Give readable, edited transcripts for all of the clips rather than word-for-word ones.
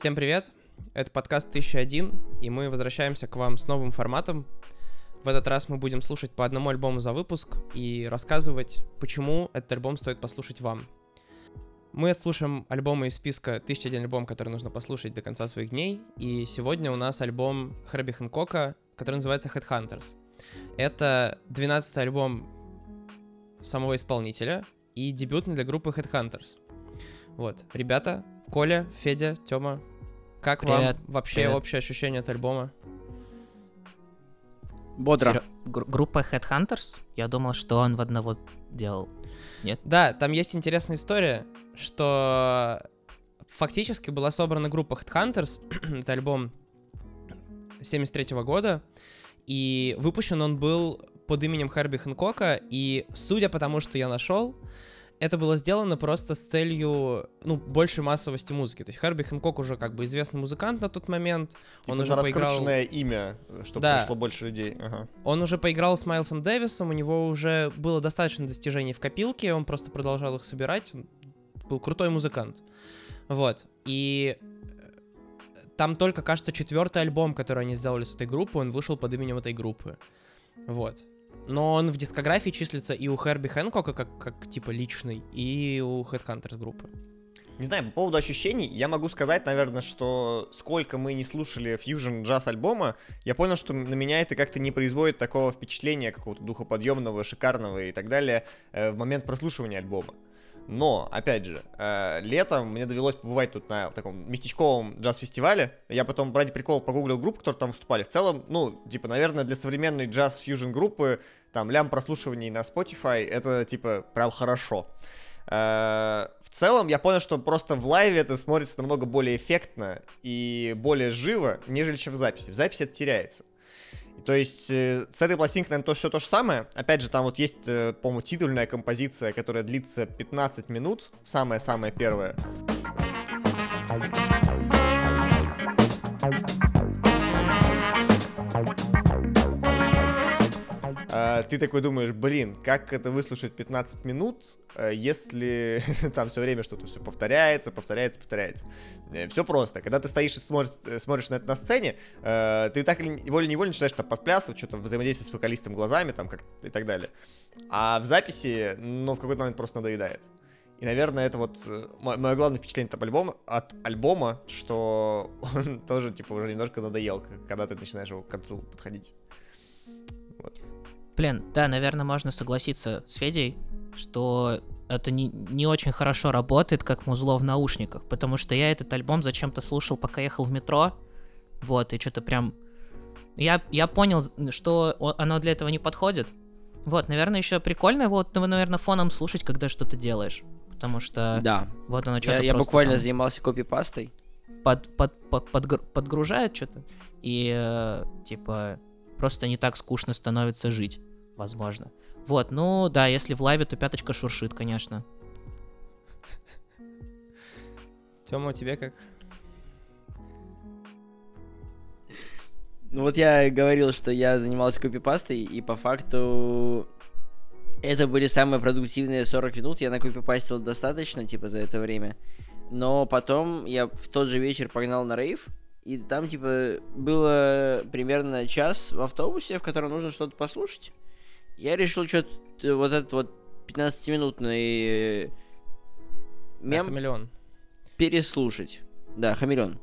Всем привет, это подкаст 1001, и мы возвращаемся к вам с новым форматом. В этот раз мы будем слушать по одному альбому за выпуск и рассказывать, почему этот альбом стоит послушать вам. Мы слушаем альбомы из списка 1001 альбом, который нужно послушать до конца своих дней, и сегодня у нас альбом Херби Хэнкока, который называется Headhunters. Это 12-й альбом самого исполнителя и дебютный для группы Headhunters. Вот, ребята, Коля, Федя, Тёма, как Привет. вам вообще общее ощущение от альбома? Бодро. Группа Headhunters? Я думал, что он в одного делал. Нет? Да, там есть интересная история, что фактически была собрана группа Headhunters, это альбом 73-го года, и выпущен он был под именем Херби Хэнкока, и судя по тому, что я нашел, это было сделано просто с целью, большей массовости музыки. То есть Херби Хэнкок уже как бы известный музыкант на тот момент. Типа он уже поиграл... раскрученное имя, чтобы пришло больше людей. Ага. Он уже поиграл с Майлсом Дэвисом, у него уже было достаточно достижений в копилке, он просто продолжал их собирать. Он был крутой музыкант. Вот. И там только, кажется, 4-й альбом, который они сделали с этой группой, он вышел под именем этой группы. Вот. Но он в дискографии числится и у Херби Хэнкока как типа личный, и у Headhunters группы. Не знаю, по поводу ощущений, я могу сказать, наверное, что сколько мы не слушали фьюжн джаз альбома, я понял, что на меня это как-то не производит такого впечатления какого-то духоподъемного, шикарного и так далее в момент прослушивания альбома. Но, опять же, летом мне довелось побывать тут на таком местечковом джаз-фестивале. Я потом, ради прикола, погуглил группы, которые там выступали. В целом, наверное, для современной джаз-фьюжн группы, там, лям прослушиваний на Spotify, это, прям хорошо. В целом, я понял, что просто в лайве это смотрится намного более эффектно и более живо, нежели чем в записи. В записи это теряется. То есть с этой пластинкой, наверное, все то же самое. Опять же, там вот есть, по-моему, титульная композиция, которая длится 15 минут. Самая-самая первая. Ты такой думаешь, как это выслушать 15 минут, если там все время что-то все повторяется. Все просто. Когда ты стоишь и смотришь на это на сцене, ты так волей-невольно начинаешь там подплясывать, что-то взаимодействовать с вокалистом глазами там, и так далее. А в записи, в какой-то момент просто надоедает. И, наверное, это вот мое главное впечатление от альбома, что он тоже, уже немножко надоел, когда ты начинаешь его к концу подходить. Вот. Блин, да, наверное, можно согласиться с Федей, что это не очень хорошо работает, как музло в наушниках, потому что я этот альбом зачем-то слушал, пока ехал в метро, вот, и что-то прям... Я понял, что оно для этого не подходит. Вот, наверное, еще прикольно его, наверное, фоном слушать, когда что-то делаешь, потому что... Да. Вот оно что-то Я буквально там занимался копипастой. Подгружает что-то, и, просто не так скучно становится жить, возможно. Вот, да, если в лайве, то пяточка шуршит, конечно. Тёма, у тебя как? Вот я говорил, что я занимался копипастой, и по факту это были самые продуктивные 40 минут. Я накопипастил достаточно, за это время. Но потом я в тот же вечер погнал на рейв, и там, было примерно час в автобусе, в котором нужно что-то послушать. Я решил что-то вот этот вот 15-минутный мем Хамелеон. переслушать. Да, Хамелеон.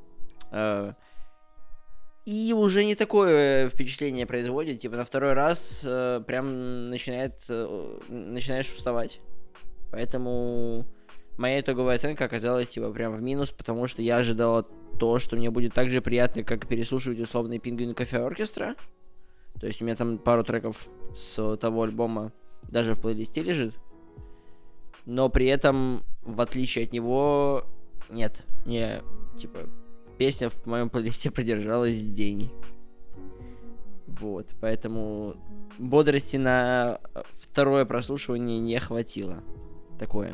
И уже не такое впечатление производит. На второй раз прям начинаешь уставать. Поэтому моя итоговая оценка оказалась прям в минус, потому что я ожидал то, что мне будет так же приятно, как переслушивать условный Penguin Cafe Orchestra. То есть у меня там пару треков с того альбома даже в плейлисте лежит. Но при этом, в отличие от него, нет. Мне, песня в моем плейлисте продержалась день. Вот, поэтому бодрости на второе прослушивание не хватило. Такое.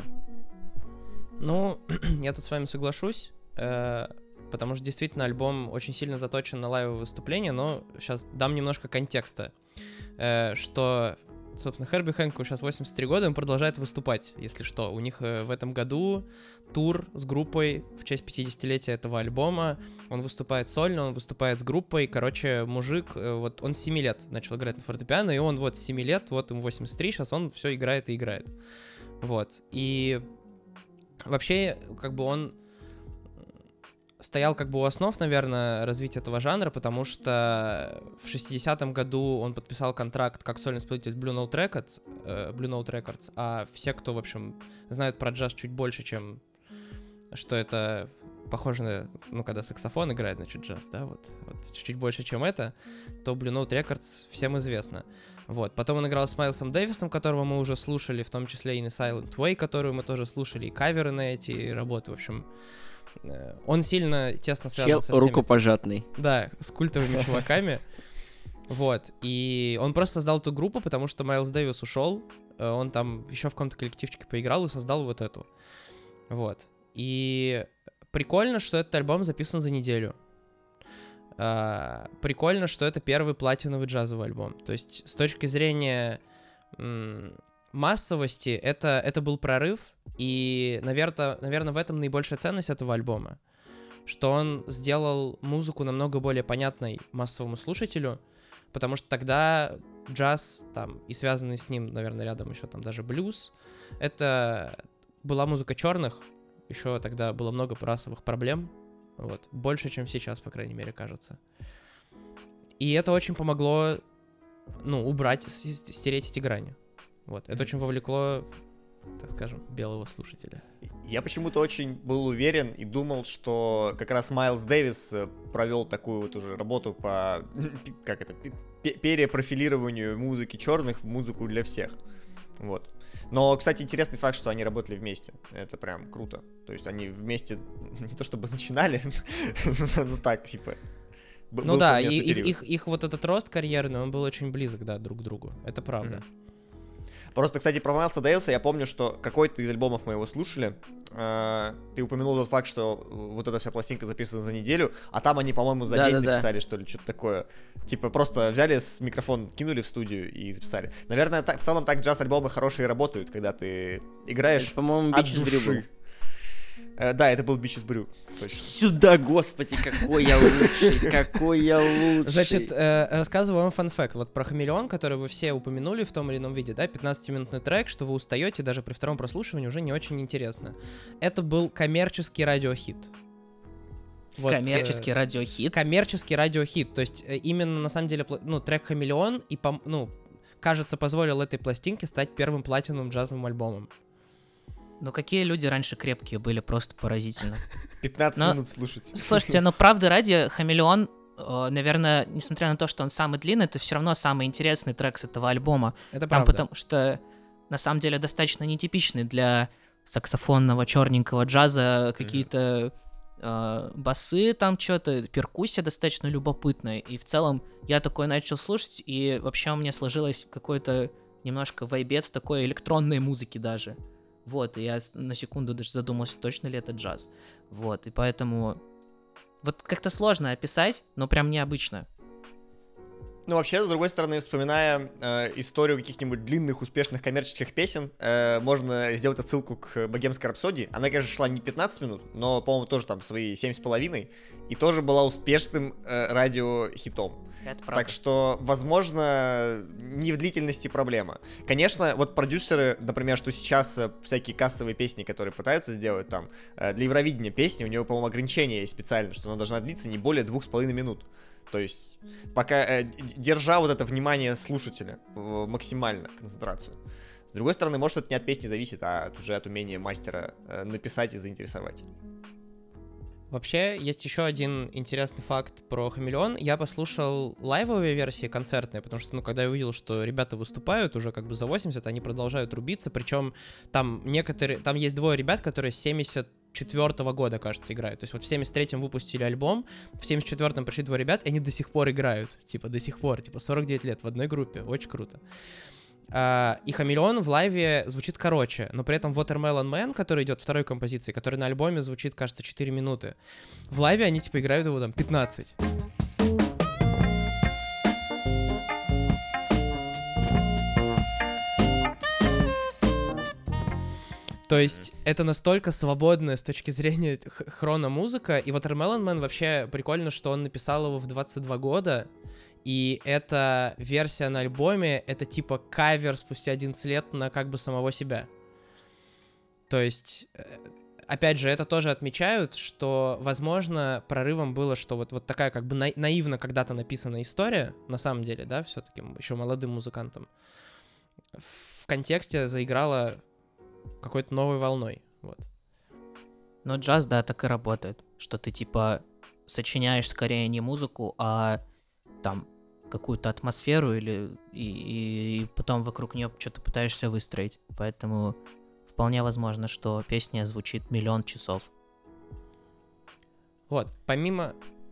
Я тут с вами соглашусь, потому что действительно альбом очень сильно заточен на лайвовые выступления, но сейчас дам немножко контекста, что собственно, Херби Хэнкоку сейчас 83 года, он продолжает выступать, если что. У них в этом году тур с группой в честь 50-летия этого альбома. Он выступает сольно, он выступает с группой. Короче, мужик, вот он с 7 лет начал играть на фортепиано, и он вот с 7 лет, вот ему 83, сейчас он все играет и играет. Вот. И вообще, как бы он стоял как бы у основ, наверное, развития этого жанра, потому что в 60-м году он подписал контракт как сольный исполнитель с Blue Note Records, а все, кто, в общем, знают про джаз чуть больше, чем что это похоже на, ну, когда саксофон играет, значит, джаз, да, вот чуть-чуть больше, чем это, то Blue Note Records всем известно. Вот, потом он играл с Майлсом Дэвисом, которого мы уже слушали, в том числе и на Silent Way, которую мы тоже слушали, и каверы на эти работы, в общем... Он сильно тесно связан со всеми... рукопожатный. Да, с культовыми чуваками. Вот. И он просто создал эту группу, потому что Майлз Дэвис ушел. Он там еще в каком-то коллективчике поиграл и создал вот эту. Вот. И прикольно, что этот альбом записан за неделю. Прикольно, что это первый платиновый джазовый альбом. То есть с точки зрения... массовости это был прорыв, и, наверное, в этом наибольшая ценность этого альбома, что он сделал музыку намного более понятной массовому слушателю, потому что тогда джаз, там, и связанный с ним, наверное, рядом еще там даже блюз, это была музыка черных, еще тогда было много расовых проблем, вот, больше, чем сейчас, по крайней мере, кажется. И это очень помогло, ну, убрать, стереть эти грани. Вот, это очень вовлекло, так скажем, белого слушателя. Я почему-то очень был уверен и думал, что как раз Майлз Дэвис провел такую вот уже работу по, как это, перепрофилированию музыки черных в музыку для всех. Вот. Но, кстати, интересный факт, что они работали вместе. Это прям круто. То есть они вместе не то чтобы начинали, но так, типа... Ну да, их вот этот рост карьерный, он был очень близок, да, друг к другу. Это правда. Просто, кстати, про Майлса Дэвиса я помню, что какой-то из альбомов мы его слушали. Ты упомянул тот факт, что вот эта вся пластинка записана за неделю, а там они, по-моему, за день написали, что ли, что-то такое. Типа просто взяли микрофон, кинули в студию и записали. Наверное, в целом так джаз-альбомы хорошие работают, когда ты играешь это, по-моему, от души. Да, это был Bitches Brew. Точно. Сюда, господи, какой я лучший, какой я лучший. Значит, рассказываю вам фан-факт. Вот про «Хамелеон», который вы все упомянули в том или ином виде, да, 15-минутный трек, что вы устаете, даже при втором прослушивании уже не очень интересно. Это был коммерческий радиохит. Вот, коммерческий радиохит? Коммерческий радиохит. То есть именно, на самом деле, ну, трек «Хамелеон» и, ну, кажется, позволил этой пластинке стать первым платиновым джазовым альбомом. Ну какие люди раньше крепкие были, просто поразительно. 15 минут слушать. Слушайте, ну правда ради, «Хамелеон», наверное, несмотря на то, что он самый длинный, это все равно самый интересный трек с этого альбома. Это правда. Потому что, на самом деле, достаточно нетипичный для саксофонного черненького джаза какие-то басы, там что-то, перкуссия достаточно любопытная. И в целом я такой начал слушать, и вообще у меня сложилось какой-то немножко вайбец такой электронной музыки даже. Вот, и я на секунду даже задумался, точно ли это джаз. Вот, и поэтому... Вот как-то сложно описать, но прям необычно. Ну, вообще, с другой стороны, вспоминая историю каких-нибудь длинных, успешных коммерческих песен, можно сделать отсылку к «Богемской рапсодии». Она, конечно, шла не 15 минут, но, по-моему, тоже там свои 7,5, и тоже была успешным радиохитом. Так что, возможно, не в длительности проблема. Конечно, вот продюсеры, например, что сейчас всякие кассовые песни, которые пытаются сделать там, для Евровидения песни, у него, по-моему, ограничение есть специально, что она должна длиться не более 2,5 минут. То есть, пока держа вот это внимание слушателя, максимально концентрацию. С другой стороны, может, это не от песни зависит, а уже от умения мастера написать и заинтересовать. Вообще, есть еще один интересный факт про «Хамелеон». Я послушал лайвовые версии концертные, потому что, ну, когда я увидел, что ребята выступают уже как бы за 80, они продолжают рубиться, причем там есть двое ребят, которые с 74-го года, кажется, играют. То есть вот в 73-м выпустили альбом, в 74-м пришли двое ребят, и они до сих пор играют. До сих пор, 49 лет в одной группе. Очень круто. И «Хамелеон» в лайве звучит короче, но при этом Watermelon Man, который идет второй композицией, который на альбоме звучит, кажется, 4 минуты. В лайве они, играют его там 15. То есть это настолько свободная с точки зрения хрономузыка. И вот Watermelon Man вообще прикольно, что он написал его в 22 года. И эта версия на альбоме, это типа кавер спустя 11 лет на как бы самого себя. То есть, опять же, это тоже отмечают, что, возможно, прорывом было, что вот такая как бы наивно когда-то написанная история, на самом деле, да, все-таки еще молодым музыкантам, в контексте заиграла какой-то новой волной, вот. Но джаз, да, так и работает, что ты, типа, сочиняешь скорее не музыку, а там какую-то атмосферу и потом вокруг нее что-то пытаешься выстроить. Поэтому вполне возможно, что песня звучит 1 000 000 часов. Вот, помимо...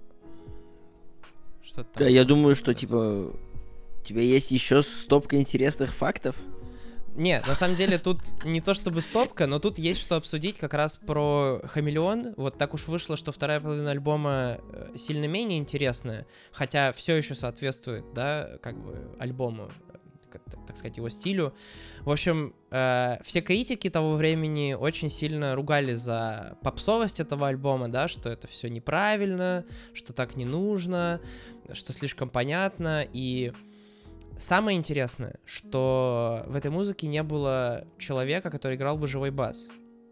Что там? Да, я думаю, что, типа, у тебя есть еще стопка интересных фактов. Нет, на самом деле тут не то чтобы стопка, но тут есть что обсудить как раз про «Хамелеон». Вот так уж вышло, что вторая половина альбома сильно менее интересная, хотя все еще соответствует, да, как бы альбому, так сказать, его стилю. В общем, все критики того времени очень сильно ругали за попсовость этого альбома, да, что это все неправильно, что так не нужно, что слишком понятно, и... Самое интересное, что в этой музыке не было человека, который играл бы живой бас.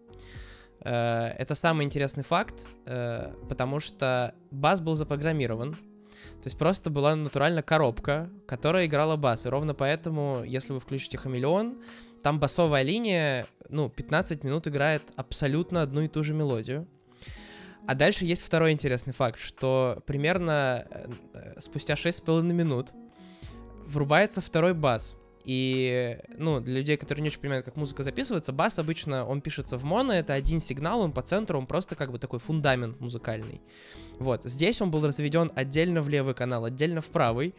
Это самый интересный факт, потому что бас был запрограммирован. То есть просто была натурально коробка, которая играла бас. И ровно поэтому, если вы включите «Хамелеон», там басовая линия, 15 минут играет абсолютно одну и ту же мелодию. А дальше есть второй интересный факт, что примерно спустя 6,5 минут врубается второй бас. И, для людей, которые не очень понимают, как музыка записывается, бас обычно, он пишется в моно, это один сигнал, он по центру, он просто как бы такой фундамент музыкальный. Вот, здесь он был разведен отдельно в левый канал, отдельно в правый.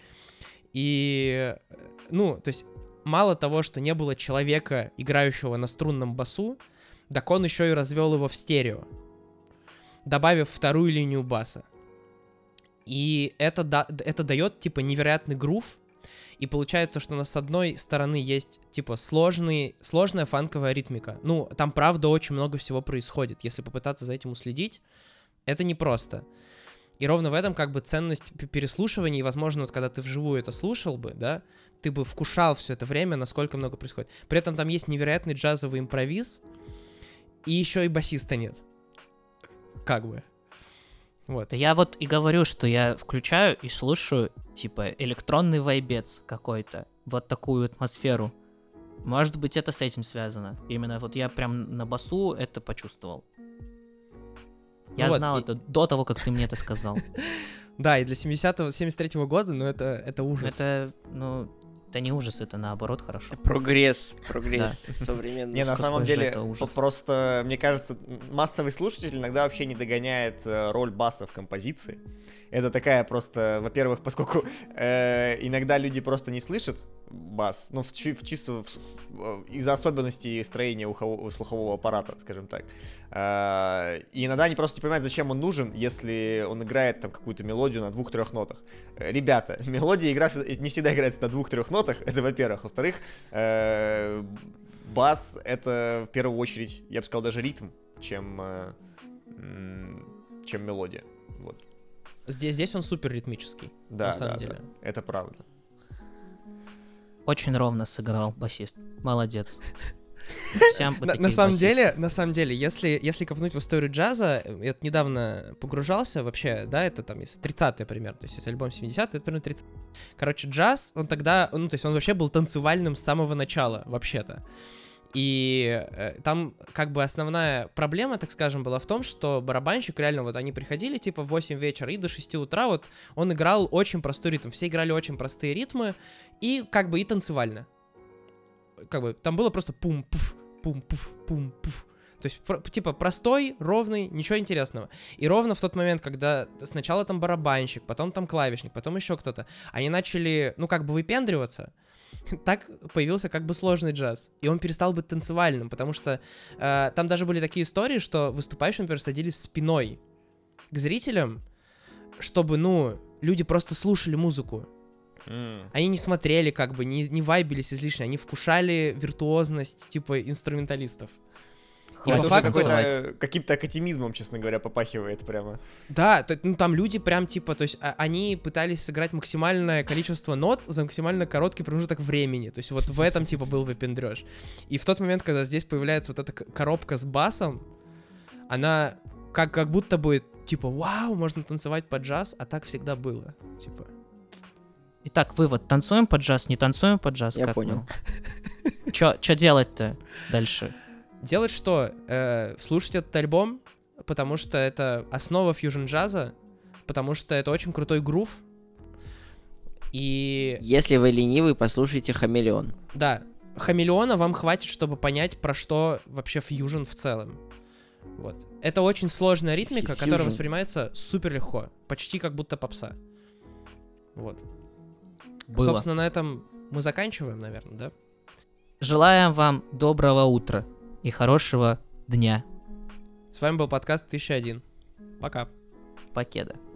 И, то есть, мало того, что не было человека, играющего на струнном басу, так он еще и развел его в стерео, добавив вторую линию баса. И это дает, типа, невероятный грув. И получается, что у нас с одной стороны есть, типа, сложная фанковая ритмика. Там, правда, очень много всего происходит. Если попытаться за этим уследить, это непросто. И ровно в этом, как бы, ценность переслушивания. И, возможно, вот когда ты вживую это слушал бы, да, ты бы вкушал все это время, насколько много происходит. При этом там есть невероятный джазовый импровиз, и еще и басиста нет. Как бы. Вот. Да я вот и говорю, что я включаю и слушаю, типа, электронный вайбец какой-то, вот такую атмосферу. Может быть, это с этим связано. Именно вот я прям на басу это почувствовал. Я знал это до того, как ты мне это сказал. Да, и для 73-го года, это ужас. Это не ужас, это наоборот хорошо. Прогресс современный. Не, на самом деле, ужас. просто, мне кажется, массовый слушатель иногда вообще не догоняет роль баса в композиции. Это такая просто, во-первых, поскольку иногда люди просто не слышат бас, чисто из-за особенностей строения слухового аппарата, скажем так. И иногда они просто не понимают, зачем он нужен, если он играет там какую-то мелодию на 2-3 нотах. Ребята, мелодия не всегда играется на 2-3 нотах, это во-первых. Во-вторых, бас — это в первую очередь, я бы сказал, даже ритм, чем мелодия. Вот. Здесь он супер ритмический, на самом деле. Да, это правда. Очень ровно сыграл басист. Молодец. На самом деле, если копнуть в историю джаза, я недавно погружался вообще, да, это там 30-е примерно, то есть если альбом 70-е, это примерно 30-е. Короче, джаз, он тогда, то есть он вообще был танцевальным с самого начала, вообще-то. И там как бы основная проблема, так скажем, была в том, что барабанщик реально, вот они приходили типа в 8 вечера и до 6 утра вот он играл очень простой ритм. Все играли очень простые ритмы и как бы и танцевально. Как бы там было просто пум-пуф, пум-пуф, пум-пуф. То есть типа простой, ровный, ничего интересного. И ровно в тот момент, когда сначала там барабанщик, потом там клавишник, потом еще кто-то, они начали, как бы выпендриваться, так появился как бы сложный джаз. И он перестал быть танцевальным, потому что там даже были такие истории, что выступающие, например, садились спиной к зрителям, чтобы, люди просто слушали музыку. Они не смотрели, как бы, не вайбились излишне, они вкушали виртуозность, типа, инструменталистов. Хватит уже танцевать. каким-то академизмом, честно говоря, попахивает прямо. Да, там люди прям типа, то есть они пытались сыграть максимальное количество нот за максимально короткий промежуток времени. То есть вот в этом типа был выпендрёж. И в тот момент, когда здесь появляется вот эта коробка с басом, она как будто бы типа, вау, можно танцевать под джаз, а так всегда было. Типа. Итак, вывод. Танцуем под джаз, не танцуем под джаз? Я Как понял. мы? Чё делать-то дальше? Делать что? Слушать этот альбом, потому что это основа фьюжн-джаза, потому что это очень крутой грув. И Если вы ленивый, послушайте «Хамелеон». да, «Хамелеона» вам хватит, чтобы понять, про что вообще фьюжн в целом. Вот. Это очень сложная ритмика, которая Фьюжн. воспринимается супер легко, почти как будто попса. Вот. Было. Собственно, на этом мы заканчиваем, наверное, да? Желаем вам доброго утра и хорошего дня. С вами был подкаст 1001. Пока. Покеда.